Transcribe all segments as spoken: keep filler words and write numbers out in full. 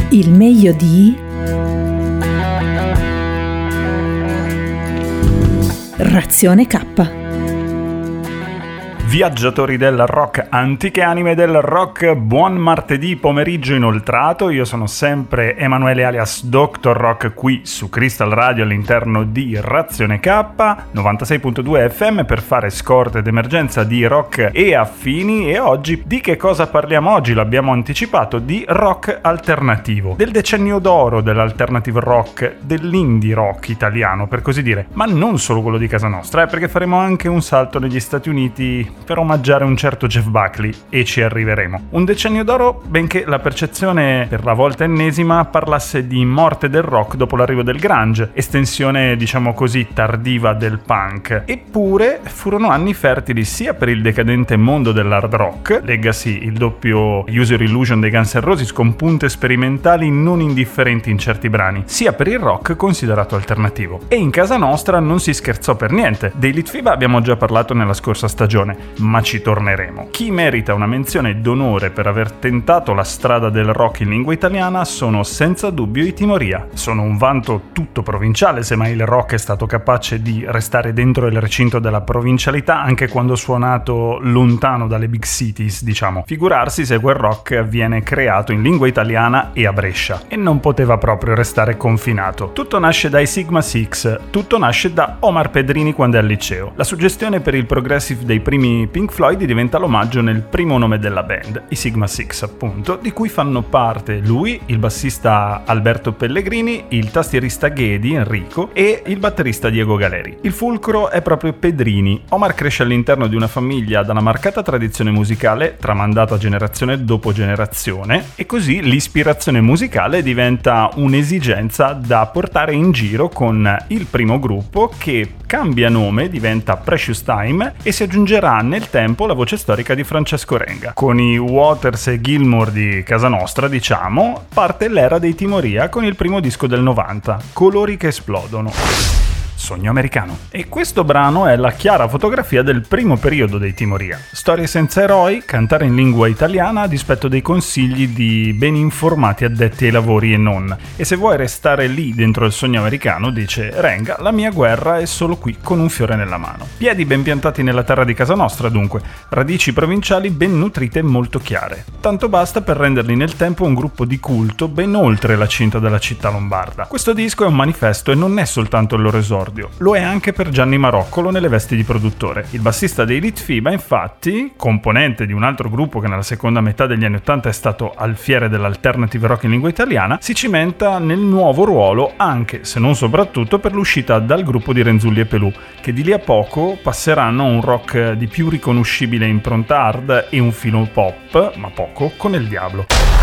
Il meglio di Razione K. Viaggiatori del rock, antiche anime del rock, buon martedì pomeriggio inoltrato. Io sono sempre Emanuele alias Doctor Rock qui su Crystal Radio all'interno di Razione K novantasei virgola due F M per fare scorte d'emergenza di rock e affini. E oggi di che cosa parliamo oggi? L'abbiamo anticipato, di rock alternativo, del decennio d'oro dell'alternative rock, dell'indie rock italiano per così dire, ma non solo quello di casa nostra, eh, perché faremo anche un salto negli Stati Uniti per omaggiare un certo Jeff Buckley e ci arriveremo. Un decennio d'oro, benché la percezione per la volta ennesima parlasse di morte del rock dopo l'arrivo del grunge, estensione diciamo così tardiva del punk. Eppure furono anni fertili sia per il decadente mondo dell'hard rock, legacy il doppio User Illusion dei Guns N' Roses con punte sperimentali non indifferenti in certi brani, sia per il rock considerato alternativo. E in casa nostra non si scherzò per niente. Dei Litfiba abbiamo già parlato nella scorsa stagione, ma ci torneremo. Chi merita una menzione d'onore per aver tentato la strada del rock in lingua italiana sono senza dubbio i Timoria. Sono un vanto tutto provinciale, se mai il rock è stato capace di restare dentro il recinto della provincialità anche quando suonato lontano dalle big cities, diciamo. Figurarsi se quel rock viene creato in lingua italiana e a Brescia, e non poteva proprio restare confinato. Tutto nasce dai Sigma Six, tutto nasce da Omar Pedrini quando è al liceo. La suggestione per il progressive dei primi Pink Floyd diventa l'omaggio nel primo nome della band, i Sigma Six appunto, di cui fanno parte lui, il bassista Alberto Pellegrini, il tastierista Ghedi Enrico e il batterista Diego Galeri. Il fulcro è proprio Pedrini. Omar cresce all'interno di una famiglia dalla marcata tradizione musicale, tramandata generazione dopo generazione, e così l'ispirazione musicale diventa un'esigenza da portare in giro con il primo gruppo che cambia nome, diventa Precious Time, e si aggiungerà nel tempo la voce storica di Francesco Renga. Con i Waters e Gilmour di casa nostra, diciamo, parte l'era dei Timoria con il primo disco del novanta, Colori che esplodono. Sogno americano. E questo brano è la chiara fotografia del primo periodo dei Timoria. Storie senza eroi, cantare in lingua italiana a dispetto dei consigli di ben informati addetti ai lavori e non. E se vuoi restare lì dentro il sogno americano, dice Renga, la mia guerra è solo qui con un fiore nella mano. Piedi ben piantati nella terra di casa nostra dunque, radici provinciali ben nutrite e molto chiare. Tanto basta per renderli nel tempo un gruppo di culto ben oltre la cinta della città lombarda. Questo disco è un manifesto e non è soltanto il loro esordio. Lo è anche per Gianni Maroccolo nelle vesti di produttore. Il bassista dei Litfiba, infatti, componente di un altro gruppo che nella seconda metà degli anni ottanta è stato alfiere dell'alternative rock in lingua italiana, si cimenta nel nuovo ruolo anche, se non soprattutto, per l'uscita dal gruppo di Renzulli e Pelù, che di lì a poco passeranno a un rock di più riconoscibile impronta hard e un filo pop, ma poco, con il Diablo.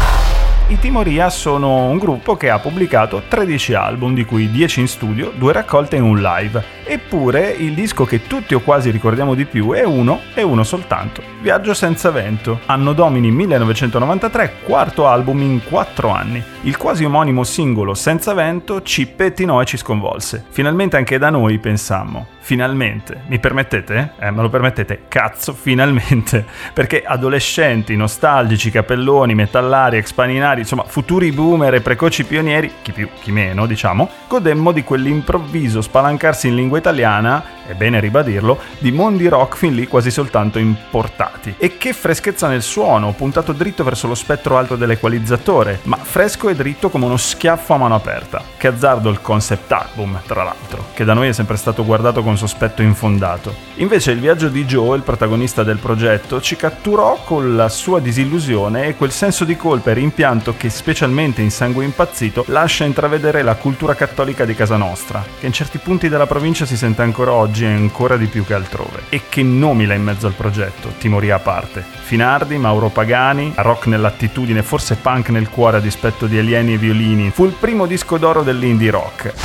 I Timoria sono un gruppo che ha pubblicato tredici album, di cui dieci in studio, due raccolte e un live. Eppure il disco che tutti o quasi ricordiamo di più è uno e uno soltanto, Viaggio senza vento, anno domini millenovecentonovantatré, quarto album in quattro anni. Il quasi omonimo singolo Senza vento ci pettinò e ci sconvolse. Finalmente anche da noi, pensammo. Finalmente, mi permettete? Eh, me lo permettete? Cazzo, finalmente! Perché adolescenti, nostalgici, capelloni, metallari, expaninari, insomma, futuri boomer e precoci pionieri, chi più, chi meno, diciamo, godemmo di quell'improvviso spalancarsi in lingua italiana, è bene ribadirlo, di mondi rock fin lì quasi soltanto importati. E che freschezza nel suono, puntato dritto verso lo spettro alto dell'equalizzatore, ma fresco e dritto come uno schiaffo a mano aperta. Che azzardo il concept album, tra l'altro, che da noi è sempre stato guardato con sospetto infondato. Invece il viaggio di Joe, il protagonista del progetto, ci catturò con la sua disillusione e quel senso di colpa e rimpianto che, specialmente in Sangue impazzito, lascia intravedere la cultura cattolica di casa nostra, che in certi punti della provincia si sente ancora oggi e ancora di più che altrove. E che nomila in mezzo al progetto, Timoria a parte. Finardi, Mauro Pagani, rock nell'attitudine, forse punk nel cuore a dispetto di alieni e violini, fu il primo disco d'oro dell'indie rock.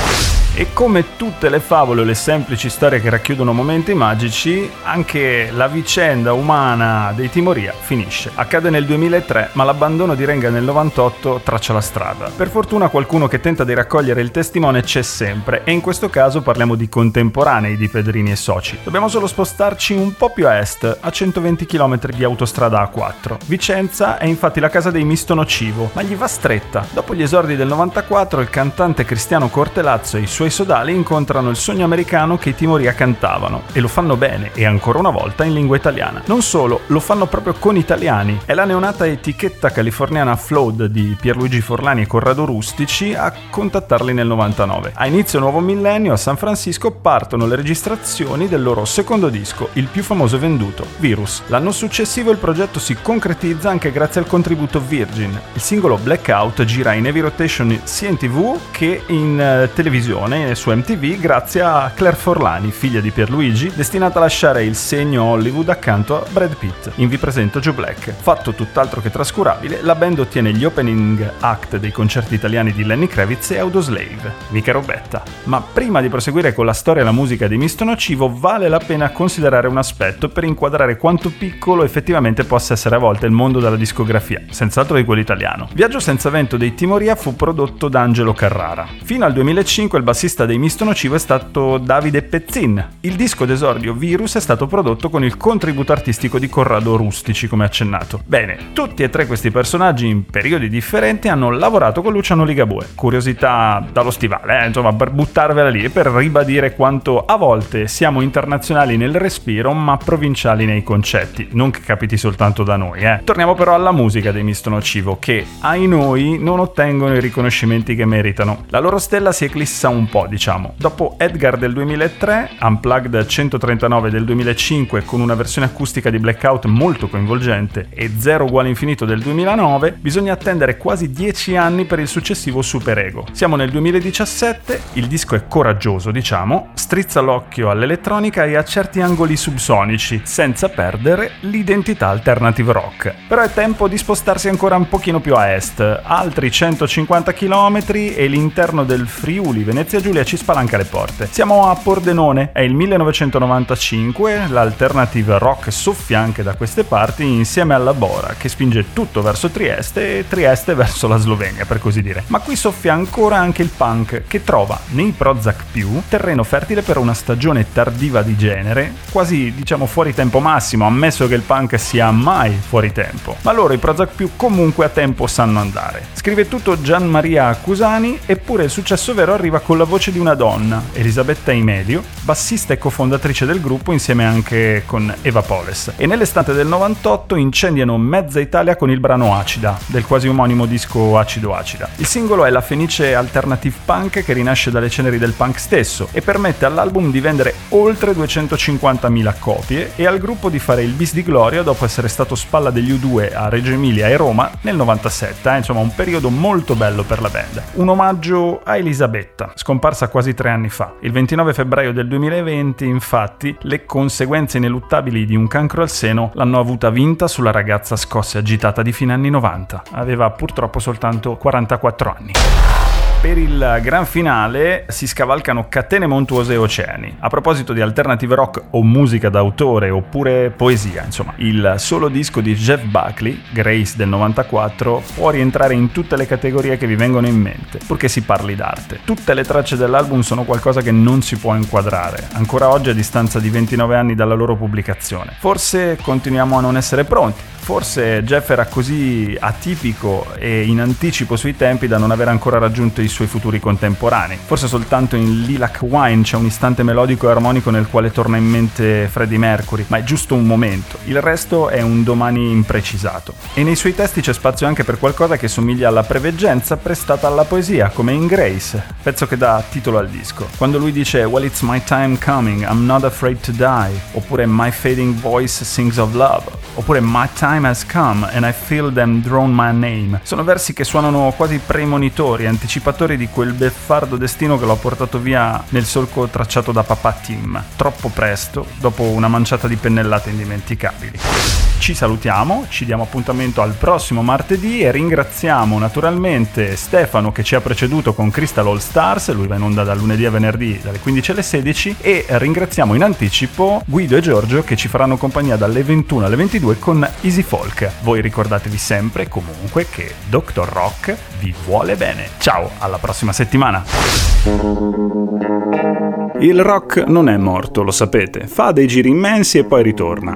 E come tutte le favole o le semplici storie che racchiudono momenti magici, anche la vicenda umana dei Timoria finisce. Accade nel duemilatré, ma l'abbandono di Renga nel novantotto traccia la strada. Per fortuna qualcuno che tenta di raccogliere il testimone c'è sempre, e in questo caso parliamo di contemporanei di Pedrini e soci. Dobbiamo solo spostarci un po' più a est, a centoventi chilometri di autostrada A quattro. Vicenza è infatti la casa dei Misto Nocivo, ma gli va stretta. Dopo gli esordi del novantaquattro, il cantante Cristiano Cortelazzo e i suoi sodali incontrano il sogno americano che i Timoria cantavano, e lo fanno bene, e ancora una volta in lingua italiana. Non solo, lo fanno proprio con italiani. È la neonata etichetta californiana Flawed di Pierluigi Forlani e Corrado Rustici a contattarli nel novantanove. A inizio nuovo millennio a San Francisco partono le registrazioni del loro secondo disco, il più famoso e venduto, Virus. L'anno successivo il progetto si concretizza anche grazie al contributo Virgin. Il singolo Blackout gira in heavy rotation sia in tv che in uh, televisione su M T V grazie a Claire Forlani, figlia di Pierluigi, destinata a lasciare il segno Hollywood accanto a Brad Pitt. In Vi presento Joe Black. Fatto tutt'altro che trascurabile, la band ottiene gli opening act dei concerti italiani di Lenny Kravitz e Audioslave. Mica robetta. Ma prima di proseguire con la storia e la musica di Misto Nocivo, vale la pena considerare un aspetto per inquadrare quanto piccolo effettivamente possa essere a volte il mondo della discografia, senz'altro di quello italiano. Viaggio senza vento dei Timoria fu prodotto da Angelo Carrara. Fino al duemilacinque il bassista dei Misto Nocivo è stato Davide Pezzin. Il disco d'esordio Virus è stato prodotto con il contributo artistico di Corrado Rustici, come accennato. Bene, tutti e tre questi personaggi in periodi differenti hanno lavorato con Luciano Ligabue. Curiosità dallo stivale, eh? insomma, per buttarvela lì e per ribadire quanto a volte siamo internazionali nel respiro ma provinciali nei concetti, non che capiti soltanto da noi. Eh? Torniamo però alla musica dei Misto Nocivo, che ai noi non ottengono i riconoscimenti che meritano. La loro stella si eclissa un po', diciamo. Dopo Edgar del duemilatré, Unplugged centotrentanove del duemilacinque con una versione acustica di Blackout molto coinvolgente e Zero uguale infinito del duemilanove, bisogna attendere quasi dieci anni per il successivo Super Ego. Siamo nel duemiladiciassette, il disco è coraggioso, diciamo, strizza l'occhio all'elettronica e a certi angoli subsonici, senza perdere l'identità alternative rock. Però è tempo di spostarsi ancora un pochino più a est, altri centocinquanta chilometri e l'interno del Friuli Venezia Giulia ci spalanca le porte. Siamo a Pordenone, è il millenovecentonovantacinque, l'alternative rock soffia anche da queste parti insieme alla Bora, che spinge tutto verso Trieste e Trieste verso la Slovenia, per così dire. Ma qui soffia ancora anche il punk, che trova nei Prozac più terreno fertile per una stagione tardiva di genere, quasi diciamo fuori tempo massimo, ammesso che il punk sia mai fuori tempo. Ma loro i Prozac più comunque a tempo sanno andare. Scrive tutto Gian Maria Accusani, eppure il successo vero arriva con la voce di una donna, Elisabetta Imelio, bassista e cofondatrice del gruppo insieme anche con Eva Poles. E nell'estate del novantotto incendiano mezza Italia con il brano Acida, del quasi omonimo disco Acido Acida. Il singolo è la fenice alternative punk che rinasce dalle ceneri del punk stesso e permette all'album di vendere oltre duecentocinquantamila copie e al gruppo di fare il bis di gloria dopo essere stato spalla degli U due a Reggio Emilia e Roma nel novantasette, eh? insomma un periodo molto bello per la band. Un omaggio a Elisabetta, scomparsa quasi tre anni fa. Il ventinove febbraio del duemilaventi, infatti, le conseguenze ineluttabili di un cancro al seno l'hanno avuta vinta sulla ragazza scossa e agitata di fine anni novanta. Aveva purtroppo soltanto quarantaquattro anni. Per il gran finale si scavalcano catene montuose e oceani. A proposito di alternative rock o musica d'autore oppure poesia, insomma, il solo disco di Jeff Buckley, Grace del novantaquattro, può rientrare in tutte le categorie che vi vengono in mente, purché si parli d'arte. Tutte le tracce dell'album sono qualcosa che non si può inquadrare, ancora oggi a distanza di ventinove anni dalla loro pubblicazione. Forse continuiamo a non essere pronti. Forse Jeff era così atipico e in anticipo sui tempi da non aver ancora raggiunto i suoi futuri contemporanei. Forse soltanto in Lilac Wine c'è un istante melodico e armonico nel quale torna in mente Freddie Mercury, ma è giusto un momento. Il resto è un domani imprecisato. E nei suoi testi c'è spazio anche per qualcosa che somiglia alla preveggenza prestata alla poesia, come in Grace, pezzo che dà titolo al disco. Quando lui dice "Well, it's my time coming, I'm not afraid to die", oppure "My fading voice sings of love", oppure "My time has come and I feel them drone my name". Sono versi che suonano quasi premonitori, anticipatori di quel beffardo destino che lo ha portato via nel solco tracciato da papà Tim, troppo presto, dopo una manciata di pennellate indimenticabili. ci salutiamo, ci diamo appuntamento al prossimo martedì e ringraziamo naturalmente Stefano che ci ha preceduto con Crystal All Stars, lui va in onda dal lunedì a venerdì dalle quindici alle sedici, e ringraziamo in anticipo Guido e Giorgio che ci faranno compagnia dalle ventuno alle ventidue con Easy Folk. Voi ricordatevi sempre comunque che doctor Rock vi vuole bene. Ciao, alla prossima settimana. Il rock non è morto, lo sapete, fa dei giri immensi e poi ritorna.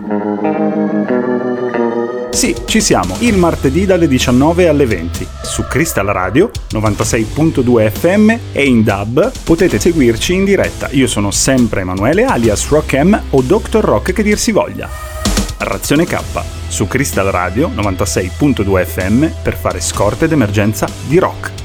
Sì, ci siamo, il martedì dalle diciannove alle venti, su Crystal Radio novantasei virgola due F M e in D A B potete seguirci in diretta. Io sono sempre Emanuele alias Rock M o doctor Rock che dir si voglia. Razione K, su Crystal Radio novantasei virgola due F M per fare scorte d'emergenza di rock.